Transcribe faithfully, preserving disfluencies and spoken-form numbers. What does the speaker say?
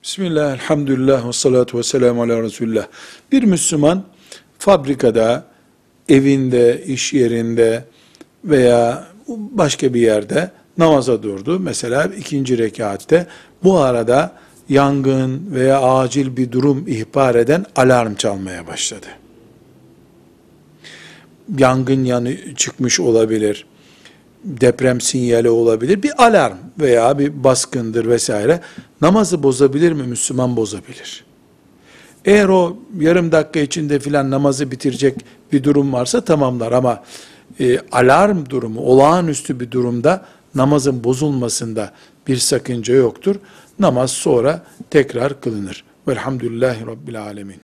Bismillah, elhamdülillah, ve salatu ve selamu ala Resulullah. Bir Müslüman fabrikada, evinde, iş yerinde veya başka bir yerde namaza durdu. Mesela ikinci rekatte bu arada yangın veya acil bir durum ihbar eden alarm çalmaya başladı. Yangın yanı çıkmış olabilir, deprem sinyali olabilir, bir alarm veya bir baskındır vesaire. Namazı bozabilir mi? Müslüman bozabilir. Eğer o yarım dakika içinde filan namazı bitirecek bir durum varsa tamamlar ama e, alarm durumu, olağanüstü bir durumda namazın bozulmasında bir sakınca yoktur. Namaz sonra tekrar kılınır. Velhamdülillahi Rabbil Alemin.